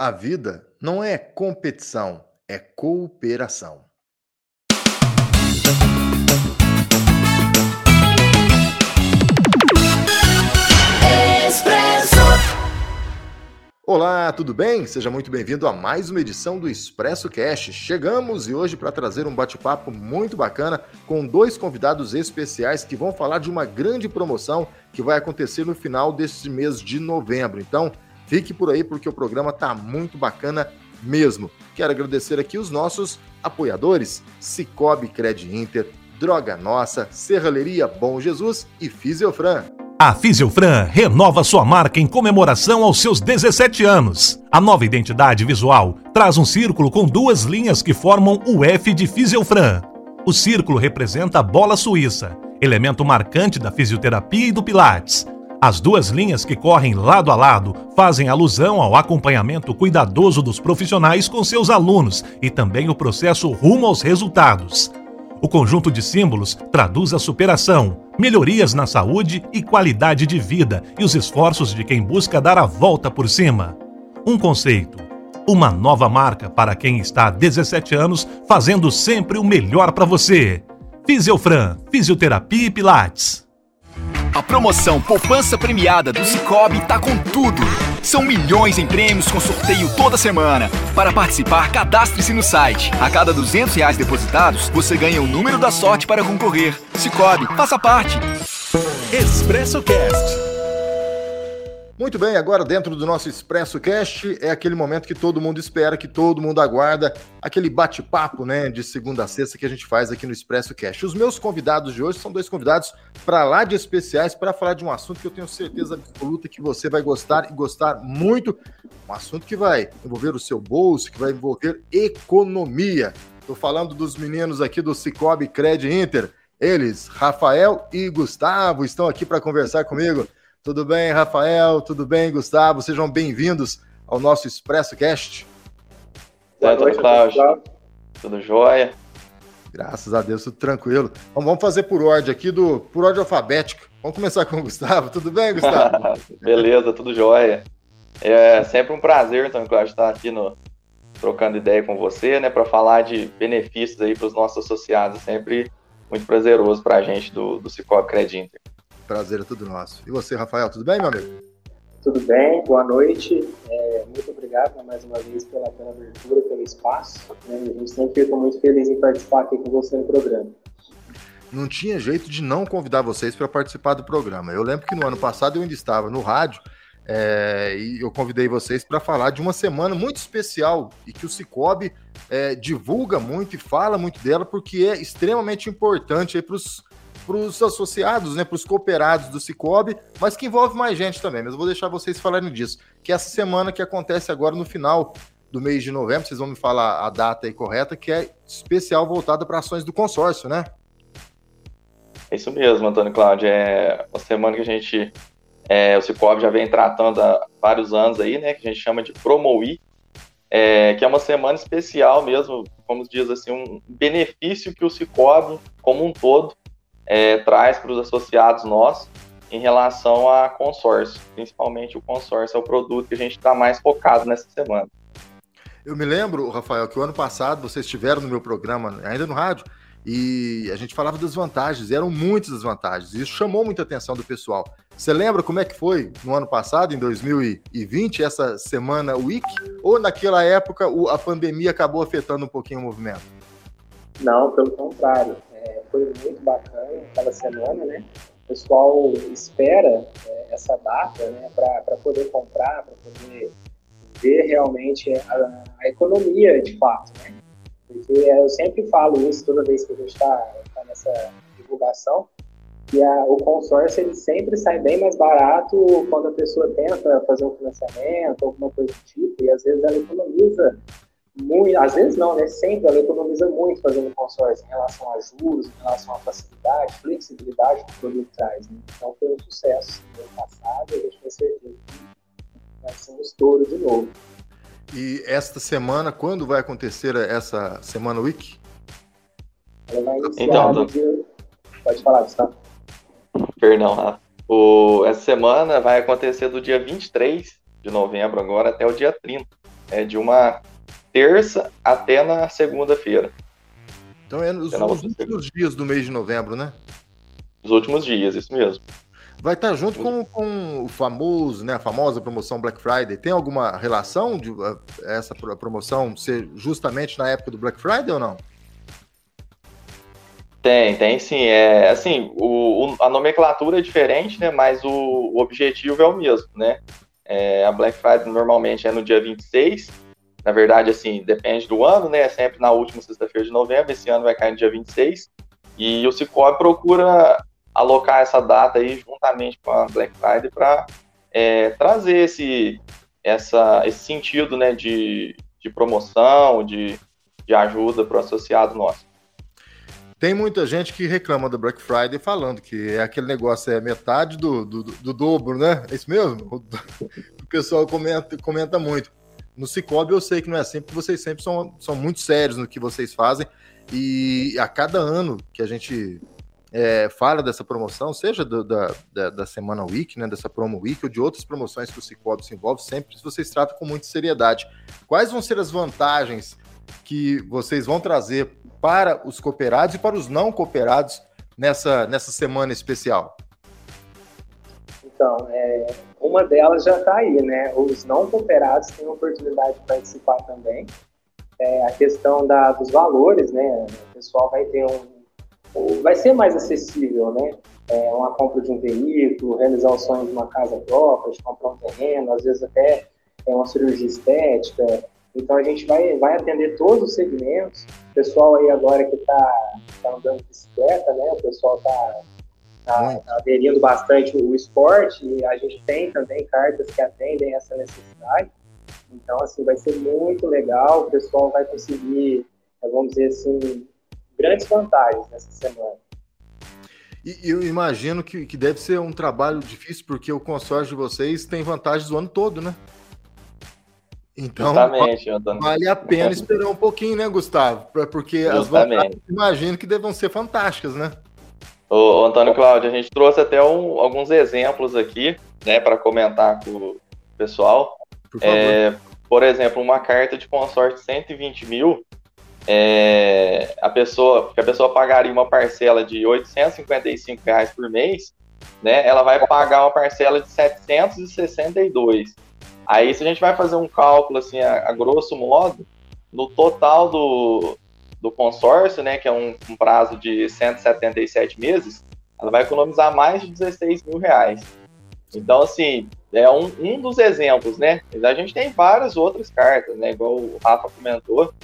A vida não é competição, é cooperação. Olá, tudo bem? Seja muito bem-vindo a mais uma edição do Expresso Cast. Chegamos e hoje para trazer um bate-papo muito bacana com dois convidados especiais que vão falar de uma grande promoção que vai acontecer no final deste mês de novembro. Então, fique por aí porque o programa está muito bacana mesmo. Quero agradecer aqui os nossos apoiadores: Sicoob Cred Inter, Droga Nossa, Serralheria Bom Jesus e Fisiofran. A Fisiofran renova sua marca em comemoração aos seus 17 anos. A nova identidade visual traz um círculo com duas linhas que formam o F de Fisiofran. O círculo representa a bola suíça, elemento marcante da fisioterapia e do Pilates. As duas linhas que correm lado a lado fazem alusão ao acompanhamento cuidadoso dos profissionais com seus alunos e também o processo rumo aos resultados. O conjunto de símbolos traduz a superação, melhorias na saúde e qualidade de vida e os esforços de quem busca dar a volta por cima. Um conceito, uma nova marca para quem está há 17 anos fazendo sempre o melhor para você. Fisiofran, Fisioterapia e Pilates. A promoção Poupança Premiada do Sicoob tá com tudo. São milhões em prêmios com sorteio toda semana. Para participar, cadastre-se no site. A cada R$200 depositados, você ganha o número da sorte para concorrer. Sicoob, faça parte. Expresso Cast. Muito bem, agora dentro do nosso Expresso Cast é aquele momento que todo mundo espera, que todo mundo aguarda, aquele bate-papo, né, de segunda a sexta que a gente faz aqui no Expresso Cast. Os meus convidados de hoje são dois convidados para lá de especiais para falar de um assunto que eu tenho certeza absoluta que você vai gostar e gostar muito, um assunto que vai envolver o seu bolso, que vai envolver economia. Estou falando dos meninos aqui do Sicoob Cred Inter. Eles, Rafael e Gustavo, estão aqui para conversar comigo. Tudo bem, Rafael? Tudo bem, Gustavo? Sejam bem-vindos ao nosso Expresso Cast. Boa noite, Cláudio. Tudo jóia? Graças a Deus, tudo tranquilo. Vamos fazer por ordem aqui, por ordem alfabética. Vamos começar com o Gustavo. Tudo bem, Gustavo? Beleza, tudo jóia. É sempre um prazer, então, Cláudio, estar aqui trocando ideia com você, né, para falar de benefícios aí para os nossos associados. É sempre muito prazeroso para a gente do Sicoob Cred Inter. Prazer é tudo nosso. E você, Rafael, tudo bem, meu amigo? Tudo bem, boa noite. Muito obrigado mais uma vez pela abertura, pelo espaço. A gente sempre fica muito feliz em participar aqui com você no programa. Não tinha jeito de não convidar vocês para participar do programa. Eu lembro que no ano passado eu ainda estava no rádio e eu convidei vocês para falar de uma semana muito especial e que o Sicoob divulga muito e fala muito dela porque é extremamente importante para os associados, né, para os cooperados do Sicoob, mas que envolve mais gente também. Mas eu vou deixar vocês falarem disso, que é essa semana que acontece agora no final do mês de novembro, vocês vão me falar a data aí correta, que é especial voltada para ações do consórcio, né? É isso mesmo, Antônio Cláudio. É uma semana que a gente, o Sicoob já vem tratando há vários anos aí, né, que a gente chama de Promoí, que é uma semana especial mesmo, como diz assim, um benefício que o Sicoob, como um todo, traz para os associados nossos em relação a consórcio. Principalmente o consórcio é o produto que a gente está mais focado nessa semana. Eu me lembro, Rafael, que o ano passado vocês estiveram no meu programa, ainda no rádio, e a gente falava das vantagens, eram muitas as vantagens, e isso chamou muita atenção do pessoal. Você lembra como é que foi no ano passado, em 2020, essa semana WIC? Ou naquela época a pandemia acabou afetando um pouquinho o movimento? Não, pelo contrário. Foi muito bacana aquela semana, né? O pessoal espera essa data, né, para poder comprar, para poder ver realmente a economia de fato, né? Porque eu sempre falo isso toda vez que a gente está nessa divulgação, que o consórcio ele sempre sai bem mais barato quando a pessoa tenta fazer um financiamento, alguma coisa do tipo, e às vezes ela economiza muito, às vezes não, né? Sempre ela economiza muito fazendo consórcio em relação a juros, em relação à facilidade, flexibilidade que o produto traz, né? Então foi um sucesso no ano passado e a gente tem certeza que vai ser um estouro de novo. E esta semana, quando vai acontecer essa Semana Week? Ela vai iniciar no dia... Pode falar, Gustavo. Perdão, Rafa. Essa semana vai acontecer do dia 23 de novembro agora até o dia 30. de uma terça até na segunda-feira. Então é nos últimos dias do mês de novembro, né? Os últimos dias, isso mesmo. Vai estar junto com o famoso, né, a famosa promoção Black Friday. Tem alguma relação de essa promoção ser justamente na época do Black Friday ou não? Tem sim. Assim, a nomenclatura é diferente, né? Mas o objetivo é o mesmo, né? A Black Friday normalmente é no dia 26. Na verdade, assim, depende do ano, né? É sempre na última sexta-feira de novembro. Esse ano vai cair no dia 26. E o Cicobi procura alocar essa data aí juntamente com a Black Friday para trazer esse sentido, né, de promoção, de ajuda para o associado nosso. Tem muita gente que reclama da Black Friday falando que é aquele negócio, metade do dobro, né? É isso mesmo? O pessoal comenta muito. No Cicobi eu sei que não é assim, porque vocês sempre são muito sérios no que vocês fazem, e a cada ano que a gente fala dessa promoção, seja da Semana Week, né, dessa Promo Week, ou de outras promoções que o Cicobi se envolve, sempre vocês tratam com muita seriedade. Quais vão ser as vantagens que vocês vão trazer para os cooperados e para os não cooperados nessa semana especial? Então, uma delas já está aí, né? Os não cooperados têm a oportunidade de participar também. A questão dos valores, né? O pessoal vai ser mais acessível, né? Uma compra de um veículo, realizar o sonho de uma casa própria, de comprar um terreno, às vezes até uma cirurgia estética. Então a gente vai atender todos os segmentos. O pessoal aí agora que está andando de bicicleta, né? O pessoal está aderindo bastante o esporte, e a gente tem também cartas que atendem essa necessidade. Então, assim, vai ser muito legal. O pessoal vai conseguir, vamos dizer assim, grandes vantagens nessa semana. E eu imagino que deve ser um trabalho difícil, porque o consórcio de vocês tem vantagens o ano todo, né? Então, vale a pena esperar um pouquinho, né, Gustavo? Porque as vantagens, imagino que devam ser fantásticas, né? Ô, Antônio Cláudio, a gente trouxe até alguns exemplos aqui, né, para comentar com o pessoal. Por favor. Por exemplo, uma carta de consórcio de 120 mil, a pessoa pagaria uma parcela de R$ 855 por mês, né, ela vai pagar uma parcela de 762. Aí, se a gente vai fazer um cálculo, assim, a grosso modo, no total do consórcio, né, que é um prazo de 177 meses, ela vai economizar mais de R$16 mil. Então, assim, é um dos exemplos, né? A gente tem várias outras cartas, né, igual o Rafa comentou,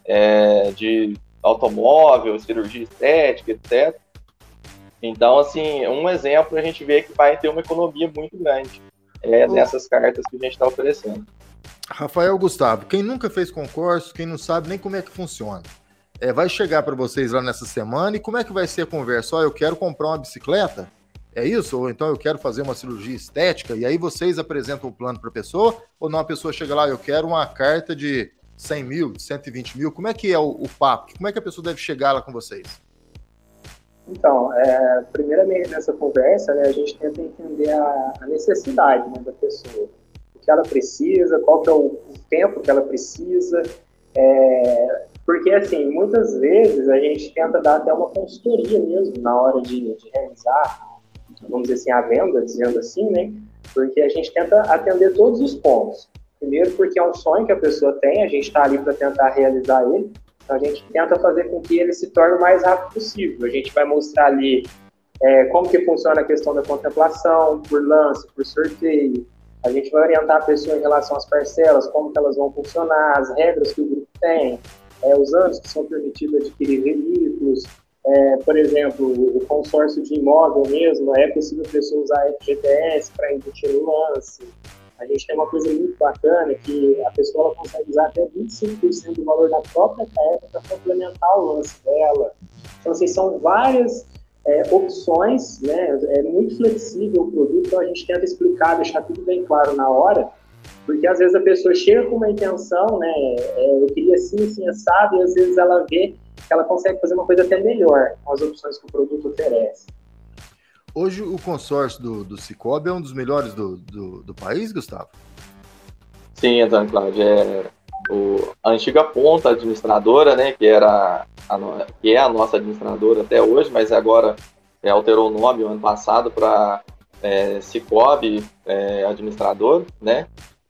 de automóvel, cirurgia estética, etc. Então, assim, um exemplo a gente vê que vai ter uma economia muito grande nessas cartas que a gente está oferecendo. Rafael, Gustavo, quem nunca fez concurso, quem não sabe nem como é que funciona, vai chegar para vocês lá nessa semana, e como é que vai ser a conversa? Eu quero comprar uma bicicleta, é isso? Ou então eu quero fazer uma cirurgia estética, e aí vocês apresentam o plano para a pessoa, ou não, a pessoa chega lá, eu quero uma carta de 100 mil, de 120 mil, como é que é o papo? Como é que a pessoa deve chegar lá com vocês? Então, primeiramente nessa conversa, né, a gente tenta entender a necessidade, né, da pessoa, o que ela precisa, qual que é o tempo que ela precisa, porque, assim, muitas vezes a gente tenta dar até uma consultoria mesmo na hora de realizar, vamos dizer assim, a venda, dizendo assim, né, porque a gente tenta atender todos os pontos. Primeiro, porque é um sonho que a pessoa tem, a gente está ali para tentar realizar ele. Então, a gente tenta fazer com que ele se torne o mais rápido possível. A gente vai mostrar ali como que funciona a questão da contemplação, por lance, por sorteio. A gente vai orientar a pessoa em relação às parcelas, como que elas vão funcionar, as regras que o grupo tem, os anos que são permitidos adquirir veículos. Por exemplo, o consórcio de imóvel mesmo, é possível a pessoa usar FGTS para investir no lance. A gente tem uma coisa muito bacana, que a pessoa consegue usar até 25% do valor da própria carta para complementar o lance dela. Então, assim, são várias opções, né? É muito flexível o produto, então a gente tenta explicar, deixar tudo bem claro na hora, porque às vezes a pessoa chega com uma intenção, né? Eu queria assim, assado, e às vezes ela vê que ela consegue fazer uma coisa até melhor com as opções que o produto oferece. Hoje o consórcio do Cicobi é um dos melhores do país, Gustavo? Sim, Antônio Cláudio. a antiga Ponta administradora, né, que é a nossa administradora até hoje, mas agora alterou o nome o ano passado para Cicobi administrador, né?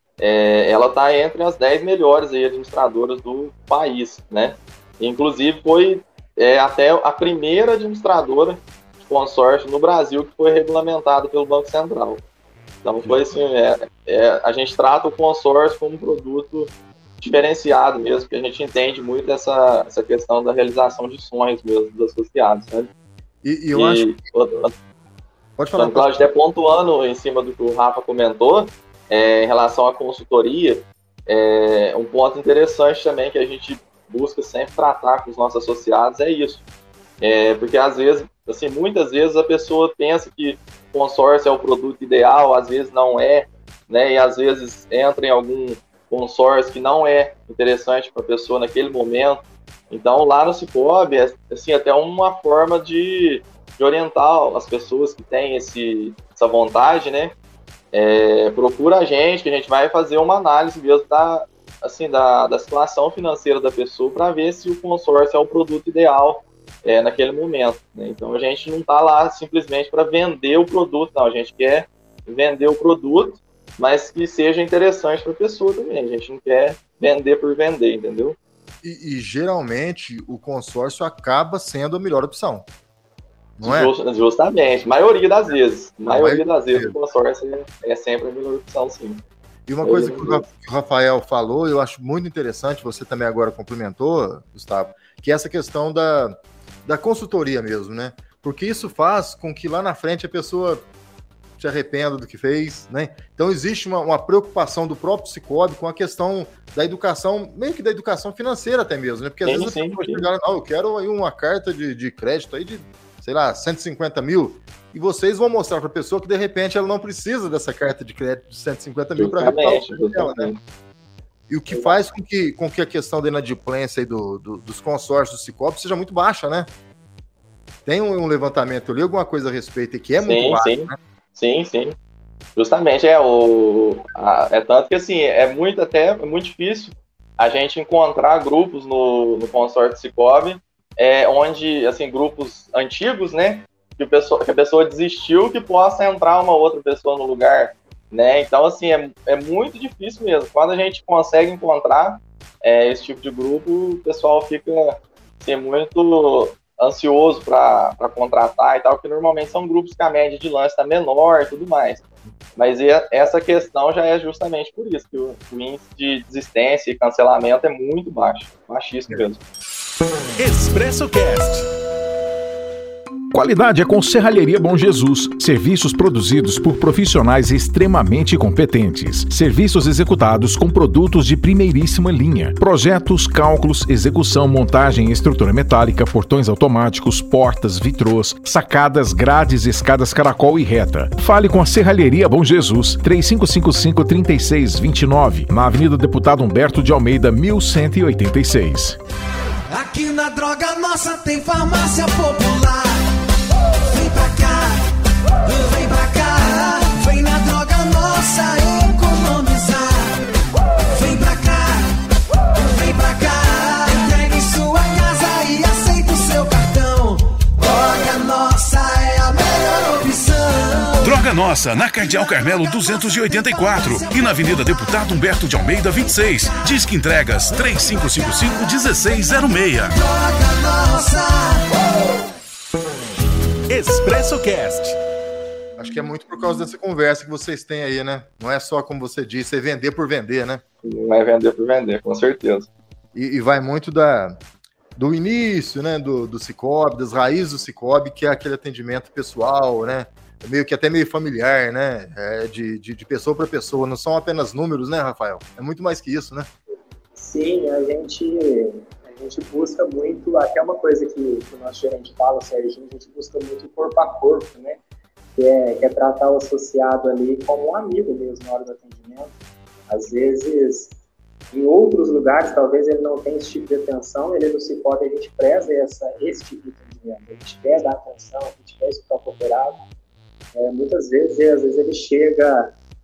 Ela está entre as 10 melhores aí administradoras do país, né? Inclusive foi até a primeira administradora de consórcio no Brasil que foi regulamentada pelo Banco Central. Então foi assim, a gente trata o consórcio como um produto diferenciado mesmo, porque a gente entende muito essa questão da realização de sonhos mesmo dos associados, né? E eu acho... Pode falar. Cláudio, até pontuando em cima do que o Rafa comentou, em relação à consultoria, um ponto interessante também que a gente busca sempre tratar com os nossos associados é isso. Porque às vezes, assim, muitas vezes a pessoa pensa que o consórcio é o produto ideal, às vezes não é, né? E às vezes entra em algum consórcio que não é interessante para a pessoa naquele momento. Então, lá no Cicobi, assim, até uma forma de orientar as pessoas que têm essa vontade, né? Procura a gente, que a gente vai fazer uma análise mesmo da situação financeira da pessoa para ver se o consórcio é o produto ideal naquele momento, né? Então, a gente não está lá simplesmente para vender o produto, não. A gente quer vender o produto, mas que seja interessante para a pessoa também. A gente não quer vender por vender, entendeu? E geralmente o consórcio acaba sendo a melhor opção, não é? Justamente, maioria das vezes o consórcio é sempre a melhor opção, sim. E uma coisa que o Rafael falou, eu acho muito interessante, você também agora complementou, Gustavo, que é essa questão da consultoria mesmo, né? Porque isso faz com que lá na frente a pessoa se arrependa do que fez, né? Então existe uma preocupação do próprio Cicobi com a questão da educação, meio que da educação financeira até mesmo, né? Porque às vezes a pessoa chega, eu quero aí uma carta de crédito aí de, sei lá, 150 mil, e vocês vão mostrar para a pessoa que de repente ela não precisa dessa carta de crédito de 150 mil para reparar o dela, né? E o que faz com que a questão da inadimplência aí dos consórcios do Cicobi seja muito baixa, né? Tem um levantamento ali, alguma coisa a respeito que é muito baixo, né? Sim. Justamente, tanto que assim, é muito difícil a gente encontrar grupos no consórcio Cicobi, onde, assim, grupos antigos, né, que a pessoa desistiu, que possa entrar uma outra pessoa no lugar, né? Então, assim, é muito difícil mesmo. Quando a gente consegue encontrar esse tipo de grupo, o pessoal fica, assim, muito ansioso para contratar e tal, que normalmente são grupos que a média de lance está menor e tudo mais. Mas essa questão já é justamente por isso, que o índice de desistência e cancelamento é muito baixo, baixíssimo mesmo. Expresso Cast. Qualidade é com Serralheria Bom Jesus. Serviços produzidos por profissionais extremamente competentes. Serviços executados com produtos de primeiríssima linha. Projetos, cálculos, execução, montagem, estrutura metálica, portões automáticos, portas, vitrôs, sacadas, grades, escadas caracol e reta. Fale com a Serralheria Bom Jesus. 3555-3629. Na Avenida Deputado Humberto de Almeida, 1186. Aqui na Droga Nossa tem farmácia popular. Vem pra cá, vem na Droga Nossa economizar. Vem pra cá, entregue em sua casa e aceita o seu cartão. Droga Nossa é a melhor opção. Droga Nossa, na Cardeal Carmelo 284 e na Avenida Deputado Humberto de Almeida 26. Disque entregas 3555-1606. Droga Nossa. Expresso Cast. Acho que é muito por causa dessa conversa que vocês têm aí, né? Não é só, como você disse, é vender por vender, né? Não é vender por vender, com certeza. E vai muito do início, né? Do Cicobi, das raízes do Cicobi, que é aquele atendimento pessoal, né? Até meio familiar, né? De pessoa para pessoa. Não são apenas números, né, Rafael? É muito mais que isso, né? Sim, a gente busca muito, até uma coisa que o nosso gerente fala, o Serginho, a gente busca muito corpo a corpo, né? Que é tratar o associado ali como um amigo mesmo na hora do atendimento. Às vezes, em outros lugares, talvez ele não tenha esse tipo de atenção, ele no Cicobi a gente preza esse tipo de atendimento, a gente quer dar atenção, a gente quer escutar o cooperado. Muitas vezes, às vezes ele chega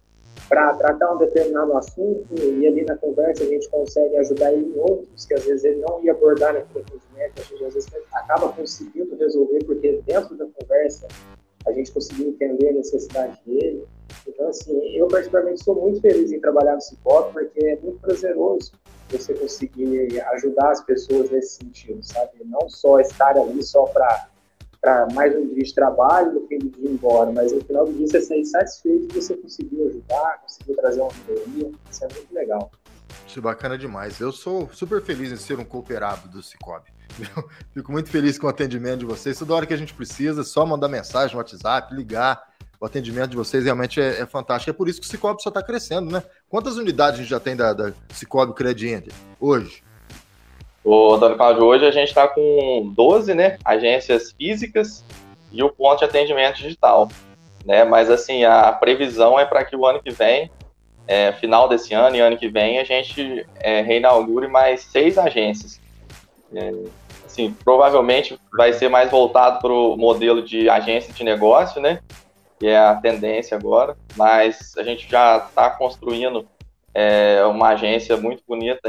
para tratar um determinado assunto e ali na conversa a gente consegue ajudar ele em outros que às vezes ele não ia abordar naquele atendimento, a gente às vezes acaba conseguindo resolver porque dentro da conversa a gente conseguiu entender a necessidade dele. Então, assim, eu particularmente sou muito feliz em trabalhar no Cicobi porque é muito prazeroso você conseguir ajudar as pessoas nesse sentido, sabe? Não só estar ali só para mais um dia de trabalho, no fim do dia ir embora, mas no final do dia você sair satisfeito que você conseguiu ajudar, conseguiu trazer uma melhoria, isso é muito legal. Isso é bacana demais. Eu sou super feliz em ser um cooperado do Cicobi. Fico muito feliz com o atendimento de vocês. Toda hora que a gente precisa, só mandar mensagem no WhatsApp, ligar. O atendimento de vocês realmente é fantástico. É por isso que o Cicobi só está crescendo, né? Quantas unidades a gente já tem da Cicobi Credinter hoje? Ô, Antônio Cláudio, hoje a gente está com 12, né, agências físicas e o ponto de atendimento digital, né? Mas, assim, a previsão é para que o ano que vem, final desse ano e ano que vem, a gente reinaugure mais 6 agências. Assim, provavelmente vai ser mais voltado para o modelo de agência de negócio, né? Que é a tendência agora, mas a gente já está construindo uma agência muito bonita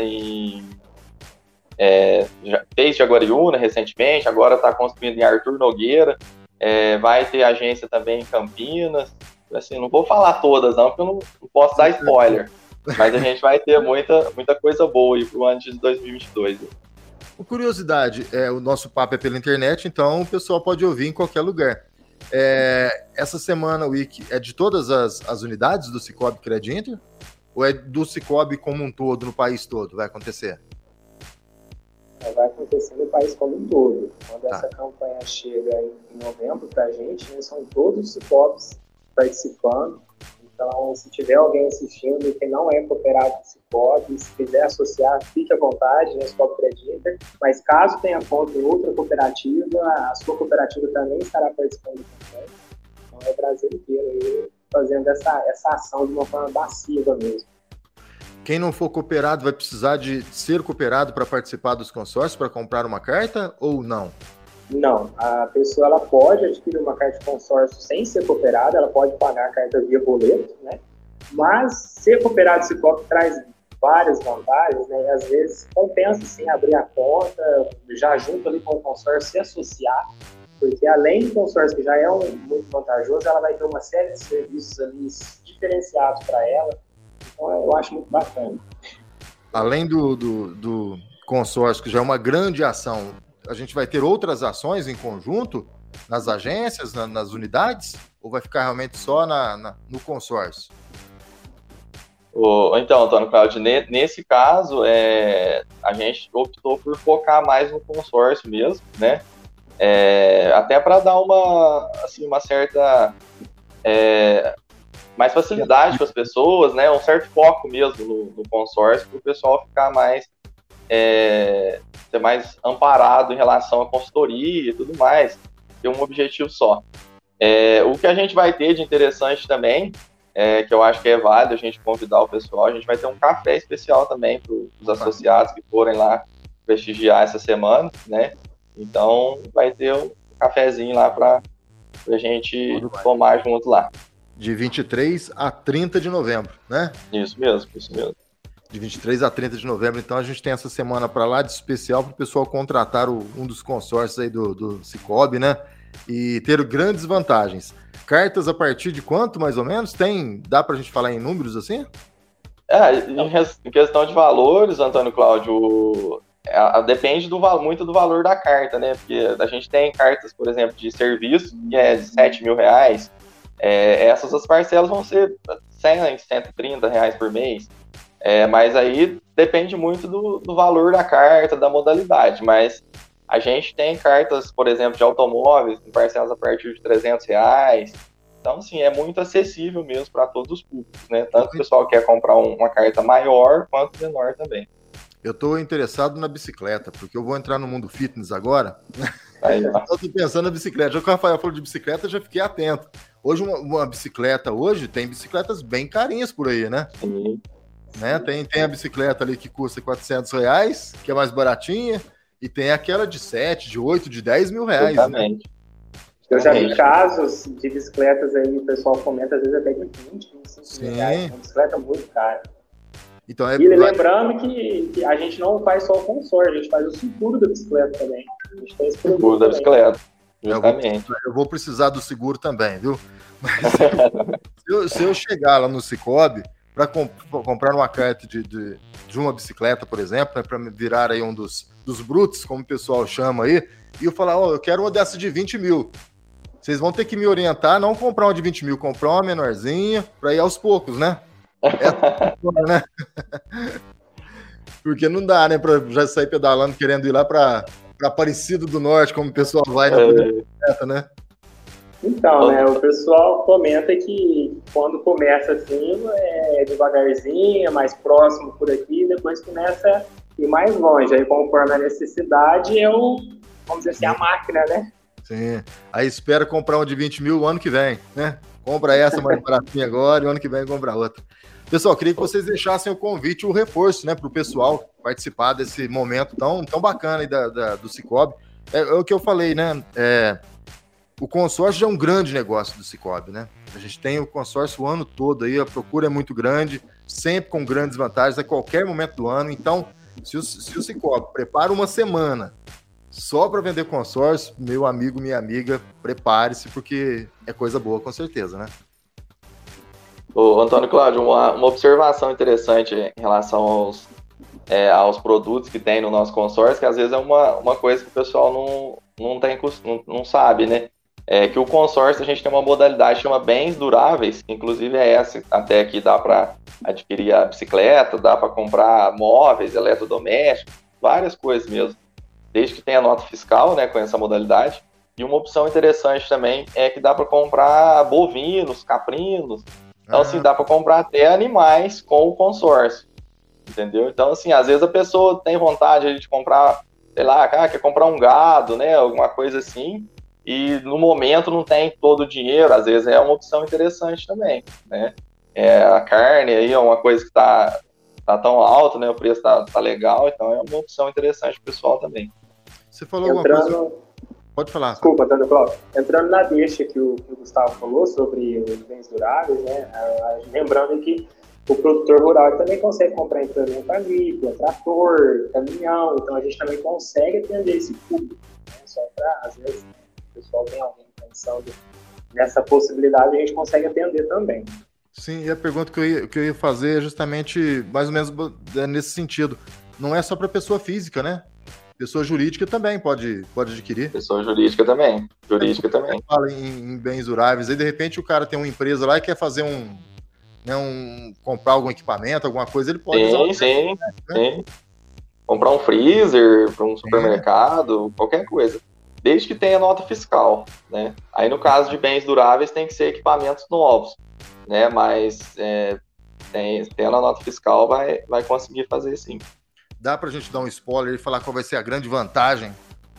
já fez Jaguariúna recentemente, agora está construindo em Arthur Nogueira, vai ter agência também em Campinas. Assim, não vou falar todas não, porque eu não posso dar spoiler, mas a gente vai ter muita coisa boa aí para o ano de 2022. Por curiosidade, o nosso papo é pela internet, então o pessoal pode ouvir em qualquer lugar. Essa semana, Wiki, é de todas as unidades do Cicobi Credinter? Ou é do Cicobi como um todo, no país todo, vai acontecer? Vai acontecer no país como um todo. Quando essa campanha chega em novembro para a gente, né, são todos os Cicobis participando. Então, se tiver alguém assistindo que não é cooperado do Cicobi, se quiser associar, fique à vontade, né, Cicobi Credinter. Mas caso tenha conta em outra cooperativa, a sua cooperativa também estará participando do campanha. Então, é o Brasil inteiro aí fazendo essa ação de uma forma massiva mesmo. Quem não for cooperado vai precisar de ser cooperado para participar dos consórcios, para comprar uma carta ou não? Não, a pessoa ela pode adquirir uma carta de consórcio sem ser cooperada, ela pode pagar a carta via boleto, né? Mas ser cooperado do Cicobi traz várias vantagens, né? E às vezes compensa sim abrir a conta, já junto ali com o consórcio, se associar, porque além do consórcio que já é muito vantajoso, ela vai ter uma série de serviços ali diferenciados para ela. Então, eu acho muito bacana. Além do consórcio, que já é uma grande ação, a gente vai ter outras ações em conjunto nas agências, nas unidades? Ou vai ficar realmente só no consórcio? Então, Antônio Cláudio, nesse caso, a gente optou por focar mais no consórcio mesmo, né? Até para dar uma certa... mais facilidade para as pessoas, né? Um certo foco mesmo no consórcio, para o pessoal ficar mais ser mais amparado em relação à consultoria e tudo mais, ter um objetivo só. O que a gente vai ter de interessante também, que eu acho que é válido a gente convidar o pessoal, a gente vai ter um café especial também para os associados que forem lá prestigiar essa semana, né? Então vai ter um cafezinho lá para a gente tomar junto lá. De 23 a 30 de novembro, né? Isso mesmo. De 23 a 30 de novembro, então a gente tem essa semana para lá de especial para o pessoal contratar um dos consórcios aí do Cicobi, né? E ter grandes vantagens. Cartas a partir de quanto, mais ou menos? Dá para a gente falar em números assim? Em questão de valores, Antônio Cláudio, depende muito do valor da carta, né? Porque a gente tem cartas, por exemplo, de serviço, que é de R$7 mil. Essas parcelas vão ser R$100, R$130 por mês. Mas aí depende muito do valor da carta, da modalidade. Mas a gente tem cartas, por exemplo, de automóveis, com parcelas a partir de R$300. Então, assim, é muito acessível mesmo para todos os públicos, né? Tanto o pessoal que quer comprar uma carta maior, quanto menor também. Eu estou interessado na bicicleta, porque eu vou entrar no mundo fitness agora. Eu estou pensando na bicicleta. Já que o Rafael falou de bicicleta, eu já fiquei atento. Hoje, uma bicicleta, tem bicicletas bem carinhas por aí, né? Sim. Né? Tem a bicicleta ali que custa R$400, que é mais baratinha, e tem aquela de 7, de 8, de 10 mil reais. Exatamente. Né? Eu já vi casos de bicicletas aí, o pessoal comenta, às vezes até de 20, 25 mil reais. Uma bicicleta muito cara. Então, e lembrando que a gente não faz só o consórcio, a gente faz o seguro da bicicleta também. A gente tem esse seguro da bicicleta, justamente. Eu vou precisar do seguro também, viu? Mas se eu chegar lá no Cicobi para comprar uma carta de uma bicicleta, por exemplo, né, para virar aí um dos brutos, como o pessoal chama aí, e eu falar, eu quero uma dessa de 20 mil. Vocês vão ter que me orientar, não comprar uma de 20 mil, comprar uma menorzinha, para ir aos poucos, né? Né? Porque não dá, né, para já sair pedalando querendo ir lá para Aparecido do Norte, como o pessoal vai na bicicleta, né? Então, né, o pessoal comenta que quando começa assim, é devagarzinho, é mais próximo por aqui, depois começa a ir mais longe. Aí, conforme a necessidade, vamos dizer assim, a máquina, né? Sim. Aí espera comprar uma de 20 mil o ano que vem, né? Compra essa mais baratinha agora e o ano que vem compra outra. Pessoal, queria que vocês deixassem o convite, o reforço, né, para o pessoal participar desse momento tão bacana aí do Cicobi. É o que eu falei, né? O consórcio é um grande negócio do Cicobi, né? A gente tem o consórcio o ano todo aí, a procura é muito grande, sempre com grandes vantagens a qualquer momento do ano. Então, se o Cicobi prepara uma semana só para vender consórcio, meu amigo, minha amiga, prepare-se, porque é coisa boa, com certeza, né? Ô, Antônio Cláudio, uma observação interessante em relação aos produtos que tem no nosso consórcio, que às vezes é uma coisa que o pessoal não sabe, né? É que o consórcio a gente tem uma modalidade que chama bens duráveis, que inclusive é essa até que dá para adquirir a bicicleta, dá para comprar móveis, eletrodomésticos, várias coisas mesmo, desde que tenha nota fiscal, né, com essa modalidade. E uma opção interessante também é que dá para comprar bovinos, caprinos, então assim, dá para comprar até animais com o consórcio, entendeu? Então assim, às vezes a pessoa tem vontade de comprar, sei lá, quer comprar um gado, né, alguma coisa assim, e no momento não tem todo o dinheiro, às vezes é uma opção interessante também, né? A carne aí é uma coisa que tá tão alto, né? O preço tá legal, então é uma opção interessante pro pessoal também. Você falou alguma coisa? Pode falar. Desculpa, Antônio Cláudio. Entrando na deixa que o Gustavo falou sobre os bens duráveis, né? Lembrando que o produtor rural também consegue comprar implemento agrícola, trator, caminhão, então a gente também consegue atender esse público, né? Só para, às vezes, o pessoal tem alguma intenção nessa possibilidade, a gente consegue atender também. Sim, e a pergunta que eu ia fazer é justamente mais ou menos nesse sentido. Não é só para pessoa física, né? Pessoa jurídica também pode adquirir. Pessoa jurídica também. Fala em bens duráveis, aí de repente o cara tem uma empresa lá e quer fazer comprar algum equipamento, alguma coisa, ele pode usar. Sim. Comprar um freezer para um supermercado, qualquer coisa. Desde que tenha nota fiscal, né? Aí no caso de bens duráveis tem que ser equipamentos novos, né? Mas tendo a nota fiscal vai conseguir fazer sim. Dá pra gente dar um spoiler e falar qual vai ser a grande vantagem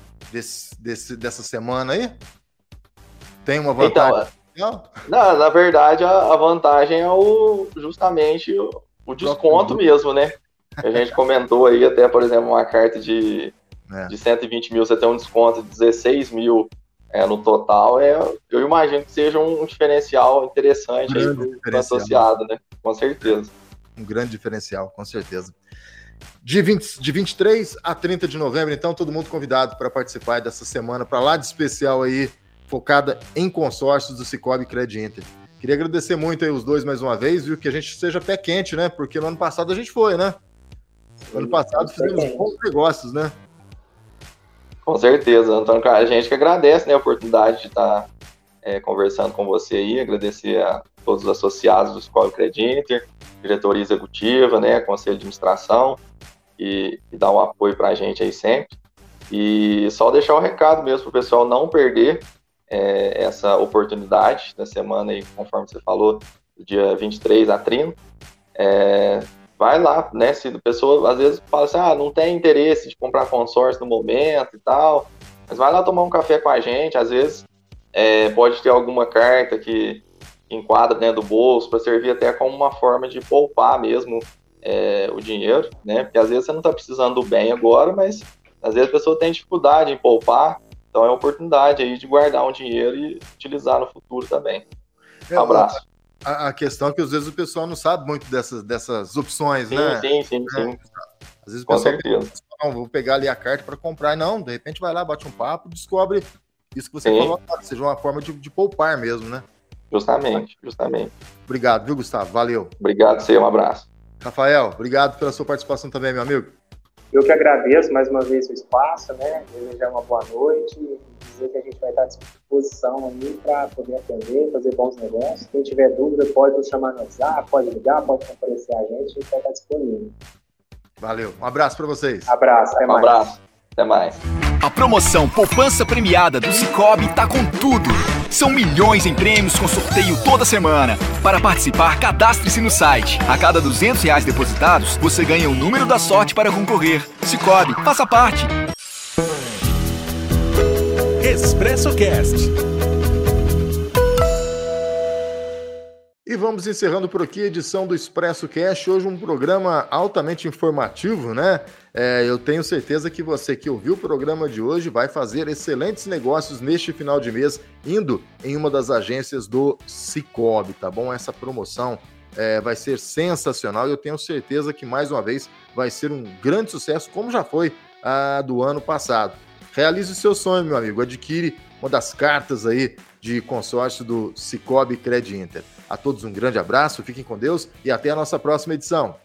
dessa semana aí? Tem uma vantagem? Então, não, na verdade, a vantagem é justamente o desconto mesmo, né? A gente comentou aí até, por exemplo, uma carta de 120 mil, você tem um desconto de 16 mil no total, eu imagino que seja um diferencial interessante aí pro associado, né? Com certeza. Um grande diferencial, com certeza. De 23 a 30 de novembro, então, todo mundo convidado para participar dessa semana, para lá de especial aí, focada em consórcios do Cicobi Cred Inter. Queria agradecer muito aí os dois mais uma vez, viu? Que a gente seja pé quente, né? Porque no ano passado a gente foi, né? No ano passado fizemos bons negócios, né? Com certeza, Antônio. A gente que agradece, né, a oportunidade de estar conversando com você aí, agradecer a todos os associados do Cicobi Cred Inter, diretoria executiva, né, conselho de administração, e dar um apoio para a gente aí sempre. E só deixar um recado mesmo para o pessoal não perder essa oportunidade da semana aí, conforme você falou, do dia 23 a 30. Vai lá, né? Se a pessoa às vezes fala assim, não tem interesse de comprar consórcio no momento e tal, mas vai lá tomar um café com a gente, às vezes pode ter alguma carta que enquadra dentro do bolso para servir até como uma forma de poupar mesmo o dinheiro, né? Porque às vezes você não está precisando do bem agora, mas às vezes a pessoa tem dificuldade em poupar Então é uma oportunidade aí de guardar um dinheiro e utilizar no futuro também. Um abraço. A questão é que às vezes o pessoal não sabe muito dessas opções, sim, né? Sim. Às vezes o Com pessoal certeza. pensa, não, vou pegar ali a carta para comprar. Não, de repente vai lá, bate um papo, descobre isso que você falou, seja uma forma de poupar mesmo, né? Justamente. Obrigado, viu, Gustavo? Valeu. Obrigado, você, um abraço. Rafael, obrigado pela sua participação também, meu amigo. Eu que agradeço mais uma vez o espaço, né? Desejar uma boa noite e dizer que a gente vai estar à disposição aí para poder atender, fazer bons negócios. Quem tiver dúvida pode nos chamar no WhatsApp, pode ligar, pode comparecer a gente vai estar disponível. Valeu, um abraço para vocês. Abraço, até mais. Um abraço, até mais. A promoção Poupança Premiada do Sicoob tá com tudo. São milhões em prêmios com sorteio toda semana. Para participar, cadastre-se no site. A cada R$200 depositados, você ganha o número da sorte para concorrer. Sicoob, faça parte. Expresso Cast. E vamos encerrando por aqui a edição do Expresso Cash. Hoje um programa altamente informativo, né? Eu tenho certeza que você que ouviu o programa de hoje vai fazer excelentes negócios neste final de mês, indo em uma das agências do Sicoob, tá bom? Essa promoção vai ser sensacional e eu tenho certeza que, mais uma vez, vai ser um grande sucesso, como já foi a do ano passado. Realize o seu sonho, meu amigo. Adquire uma das cartas aí de consórcio do Sicoob Cred Inter. A todos um grande abraço, fiquem com Deus e até a nossa próxima edição.